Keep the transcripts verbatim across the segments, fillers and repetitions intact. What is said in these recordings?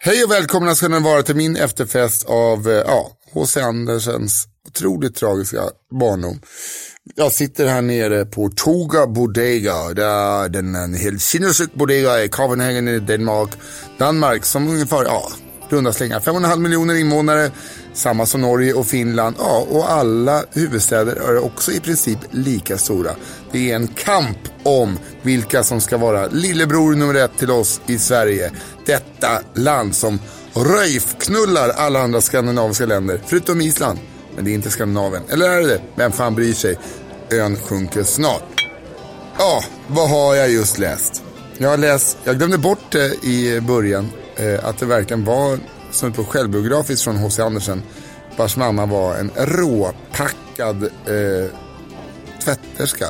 Hej och välkomna ska ni vara till min efterfest av ja, H C Andersens otroligt tragiska barndom. Jag sitter här nere på Toga Bodega. Det är den en helt sinnessjuk bodega i Copenhagen i Danmark. Danmark som ungefär, ja, runda slängar fem komma fem miljoner invånare. Samma som Norge och Finland. Ja, och alla huvudstäder är också i princip lika stora. Det är en kamp om vilka som ska vara lillebror nummer ett till oss i Sverige. Detta land som röjfknullar alla andra skandinaviska länder. Förutom Island. Men det är inte Skandinavien. Eller är det det? Vem fan bryr sig? Ön sjunker snart. Ja, vad har jag just läst? Jag har läst, jag glömde bort det i början. Eh, att det verkligen var som på självbiografiskt från H C Andersen. Vars mamma var en råpackad eh, tvätterska.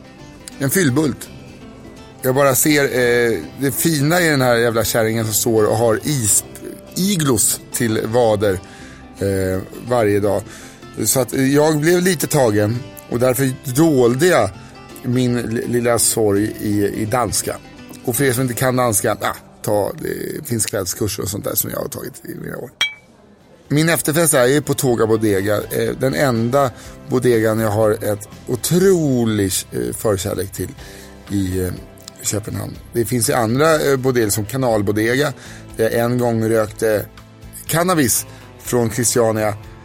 En fyllbult. Jag bara ser eh, det fina i den här jävla kärringen som står och har is, iglos till vader eh, varje dag. Så att jag blev lite tagen och därför dolde jag min lilla sorg i, i danska. Och för er som inte kan danska, ah, ta, det finns kvällskurser och sånt där som jag har tagit i mina år. Min efterfest är ju på Toga Bodega. Den enda bodegan jag har ett otroligt förkärlek till i Köpenhamn. Det finns ju andra bodegar som Kanalbodega. Jag en gång rökte cannabis från Christiania.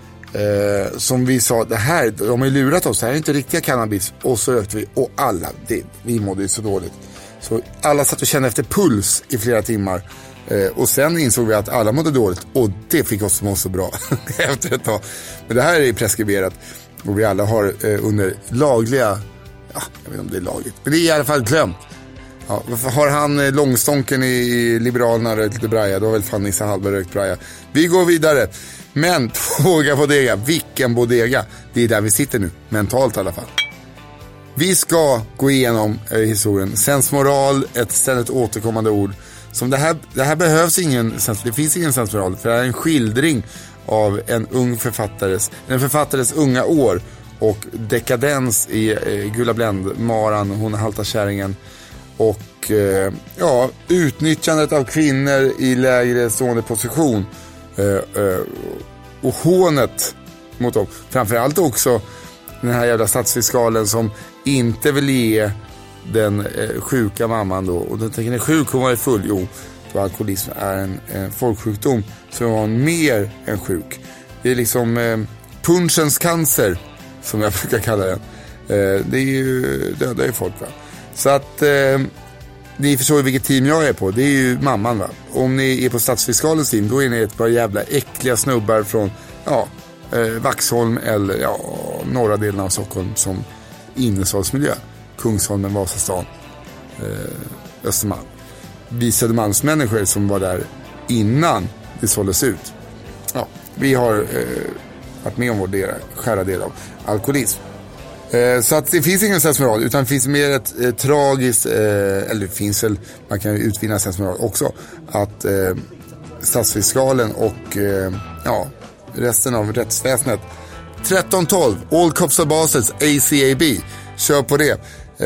Eh, som vi sa, det här, de har ju lurat oss. Det här är inte riktiga cannabis. Och så rökte vi. Och alla, det, vi mådde ju så dåligt. Så alla satt och kände efter puls i flera timmar. Eh, och sen insåg vi att alla mådde dåligt. Och det fick oss må så bra efter ett tag. Men det här är preskriberat. Och vi alla har eh, under lagliga, ja, jag vet inte om det är lagligt, men det är i alla fall glömt. Ja, har han eh, långstånken i, i Liberalerna rökt lite braja, då har väl fan Nisse Hallberg rökt braja. Vi går vidare. Men Toga Bodega, vilken bodega. Det är där vi sitter nu, mentalt i alla fall. Vi ska gå igenom eh, historien. Sensmoral, ett ständigt återkommande ord. Som det här, det här behövs ingen sens, det finns ingen sensmoral. För det är en skildring av en ung författares, en författares unga år. Och dekadens i eh, Gula Bländ, Maran, hon halta kärringen. Och eh, ja, utnyttjandet av kvinnor i lägre stående position. Uh, uh, och hånet mot dem. Framförallt också den här jävla statsfiskalen som inte vill ge den uh, sjuka mamman då. Och den tänker, är sjuk, hon var full. Jo, för alkoholism är en, en folksjukdom som var mer än sjuk. Det är liksom uh, punschens cancer som jag brukar kalla den. Uh, det är ju döda i folk, va? Så att uh, ni förstår ju vilket team jag är på. Det är ju mamman, va. Om ni är på statsfiskalens team, då är ni ett par jävla äckliga snubbar från ja, eh, Vaxholm eller ja, norra delen av Stockholm som innerstadsmiljö. Kungsholmen, Vasastan, eh, Östermalm. Vi Södermalmsmänniskor som var där innan det såldes ut. Ja, vi har eh, varit med om vår del, skära del av alkoholism. Så att det finns ingen sensmoral, utan det finns mer ett eh, tragiskt, eh, eller det finns väl, man kan ju utvinna sensmoral också, att eh, statsfiskalen och eh, ja, resten av rättsväsendet tretton tolv, All Cops Are Bastards, A C A B, kör på det.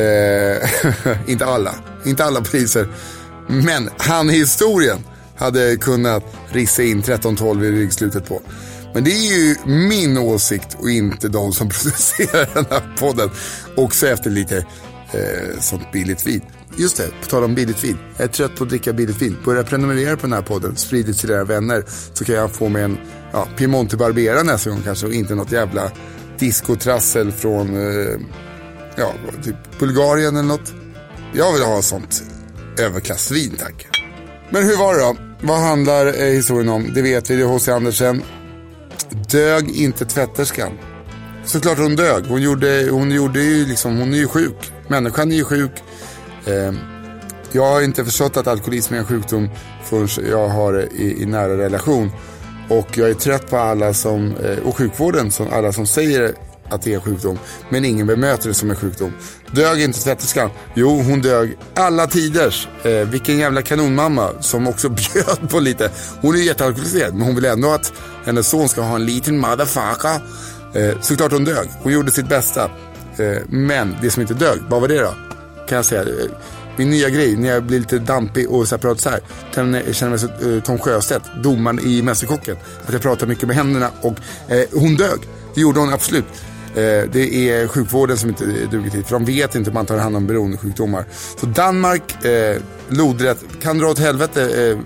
Eh, inte alla, inte alla poliser, men han i historien hade kunnat rissa in tretton tolv i ryggslutet på. Men det är ju min åsikt och inte de som producerar den här podden. Också efter lite eh, sånt billigt vin. Just det, på tal om billigt vin. Jag är trött på att dricka billigt vin. Börja prenumerera på den här podden. Sprid det till era vänner. Så kan jag få med en ja, Piemonte Barbera nästa gång kanske. Och inte något jävla diskotrassel från eh, ja, typ Bulgarien eller något. Jag vill ha sånt överklassvin, tack. Men hur var det då? Vad handlar eh, historien om? Det vet vi, det är H C Andersen. Dög inte tvätterskan. Såklart hon dög. Hon gjorde, hon gjorde ju liksom, hon är ju sjuk. Människan är ju sjuk. Eh, jag har inte förstått att alkoholism är en sjukdom förrän jag har det i, i nära relation. Och jag är trött på alla som, eh, och sjukvården, som alla som säger att det är en sjukdom. Men ingen bemöter det som en sjukdom. Dög inte tvätterskan? Jo, hon dög alla tiders. Eh, vilken jävla kanonmamma som också bjöd på lite. Hon är jättealkoholiserad, men hon vill ändå att hennes son ska ha en liten motherfucker. Eh, såklart hon dög. Hon gjorde sitt bästa. Eh, men det som inte dög, vad var det då? Kan jag säga. min nya grej när jag blir lite dampig och så här pratar så här. Jag känner mig så uh, Tom Sjöstedt, domaren i Mästerkocken, att jag pratar mycket med händerna och uh, hon dög. Det gjorde hon absolut. Uh, det är sjukvården som inte duger till, för de vet inte om man tar hand om beroendesjukdomar. Så Danmark, uh, lodrätt, kan dra åt helvete uh,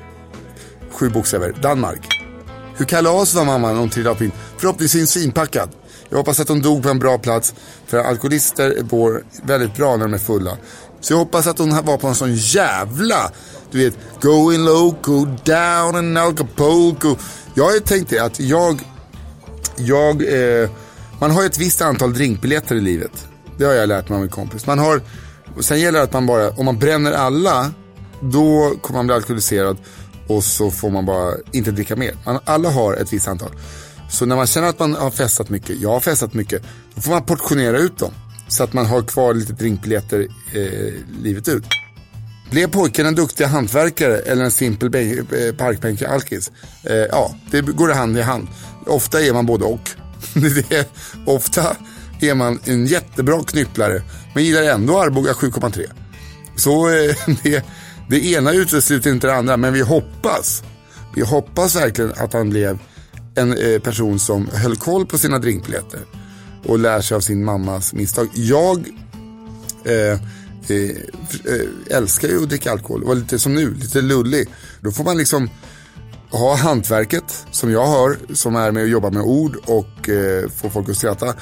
sju bokstäver. Danmark. Hur kalas var mamman om trillade upp in? Förhoppningsvis svinpackad. Jag hoppas att hon dog på en bra plats, för alkoholister går väldigt bra när de är fulla. Så jag hoppas att hon var på en sån jävla, du vet, going low, go down in Acapulco. Jag har ju tänkt det att jag, jag eh, man har ett visst antal drinkbiljetter i livet. Det har jag lärt mig av min kompis. Man har, sen gäller det att man bara, om man bränner alla, då kommer man bli alkoholiserad och så får man bara inte dricka mer. Man, alla har ett visst antal. Så när man känner att man har festat mycket, jag har festat mycket, då får man portionera ut dem. Så att man har kvar lite drinkbiljetter eh, livet ut. Blev pojken en duktig hantverkare eller en simpel be- parkbänk alkis? Eh, ja, det går hand i hand. Ofta är man både och. det är, ofta är man en jättebra knypplare, men gillar ändå Arboga sju komma tre. Så eh, det, det ena utesluter inte det andra, men vi hoppas. Vi hoppas verkligen att han blev en eh, person som höll koll på sina drinkbiljetter och lär sig av sin mammas misstag. Jag eh, eh, älskar ju att dricka alkohol. Och lite som nu, lite lullig. Då får man liksom ha hantverket som jag har, som är med att jobba med ord och eh, få folk att skratta.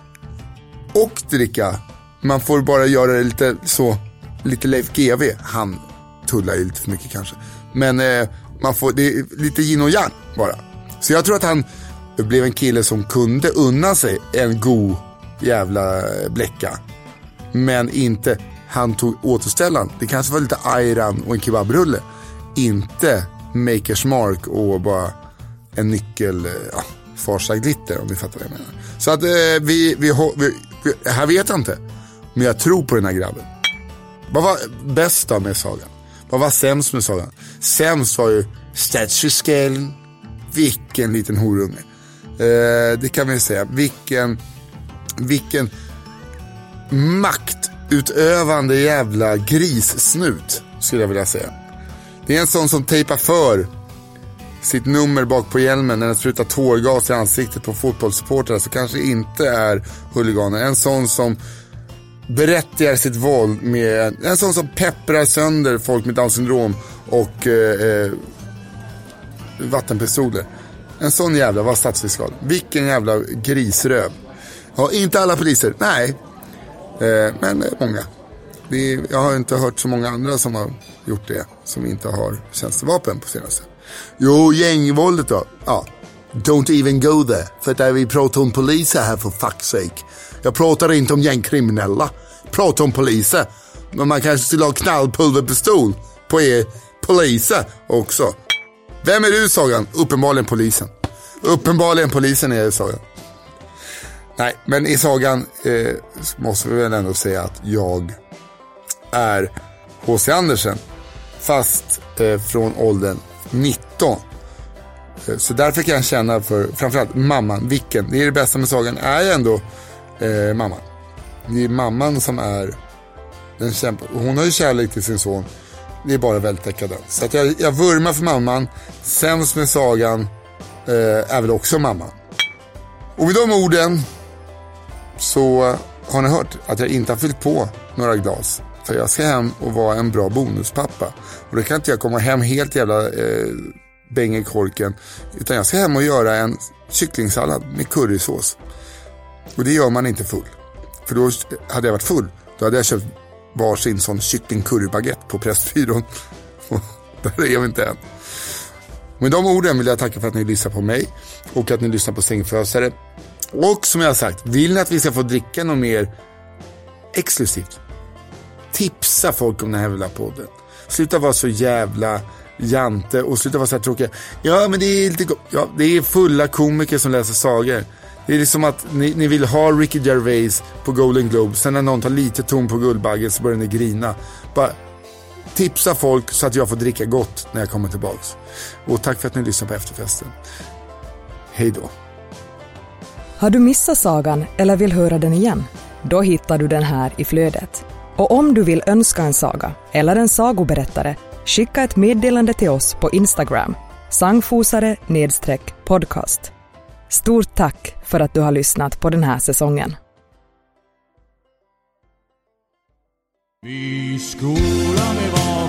Och dricka. Man får bara göra det lite så, lite Leif G W. Han tullar ju lite för mycket kanske. Men eh, man får, det är lite yin och yang bara. Så jag tror att han blev en kille som kunde unna sig en god jävla bläcka. Men inte, han tog återställan. Det kanske var lite ayran och en kebabrulle. Inte Makers Mark och bara en nyckel, ja, Farsa glitter, om vi fattar vad jag menar. Så att eh, vi, vi, vi, vi, här vet jag inte. Men jag tror på den här grabben. Vad var bäst då med sagan? Vad var sämst med sagan? Sämst var ju Statue-skällen. Vilken liten horunge. Eh, det kan vi säga. Vilken vilken maktutövande jävla grissnut, skulle jag vilja säga. Det är en sån som tejpar för sitt nummer bak på hjälmen när den sprutar tårgas i ansiktet på fotbollssupportrar, så kanske inte är huliganer. En sån som berättigar sitt våld med, en sån som pepprar sönder folk med Down syndrom och eh, vattenpistoler. En sån jävla var statsfiskal. Vilken jävla grisröv. Ja, inte alla poliser, nej. Eh, men eh, många. Det är, jag har inte hört så många andra som har gjort det, som inte har tjänstevapen på senaste. Jo, gängvåldet då. Ja, don't even go there. För att vi pratar om poliser här, för fuck's sake. Jag pratar inte om gängkriminella. Jag pratar om poliser. Men man kanske skulle ha knallpulverpistol på er poliser också. Vem är du, Sagan? Uppenbarligen polisen. Uppenbarligen polisen är Sagan. Nej, men i Sagan eh, måste vi väl ändå säga att jag är H C Andersen. Fast eh, från åldern nitton. Eh, så därför kan jag känna för framförallt mamman. Vilken, det är det bästa med Sagan, är ändå eh, mamman. Det är mamman som är den kämpa. Hon har ju kärlek till sin son. Det är bara väldigt dekadent. Så att jag, jag vurmar för mamman. Sämst med Sagan eh, är väl också mamman. Och med de orden så har ni hört att jag inte har fyllt på några glas. För jag ska hem och vara en bra bonuspappa. Och då kan inte jag komma hem helt jävla eh, bängekorken. Utan jag ska hem och göra en kycklingsallad med currysås. Och det gör man inte full. För då hade jag varit full. Då hade jag köpt varsin sån kyckling-currybaguette på Pressbyrån. Och där är jag inte än. Med de orden vill jag tacka för att ni lyssnar på mig. Och att ni lyssnar på Sängfösare. Och som jag har sagt, vill ni att vi ska få dricka något mer exklusivt? Tipsa folk om den här jävla podden. Sluta vara så jävla jante och sluta vara så här tråkiga. Ja, men det är lite go- ja, det är fulla komiker som läser sagor. Det är som att ni, ni vill ha Ricky Gervais på Golden Globe. Sen när någon tar lite ton på Guldbaggen så börjar ni grina. Bara tipsa folk så att jag får dricka gott när jag kommer tillbaks. Och tack för att ni lyssnar på efterfesten. Hej då. Har du missat sagan eller vill höra den igen? Då hittar du den här i flödet. Och om du vill önska en saga eller en sagoberättare, skicka ett meddelande till oss på Instagram, sangfosare nedstreck podcast. Stort tack för att du har lyssnat på den här säsongen. I skolan vi var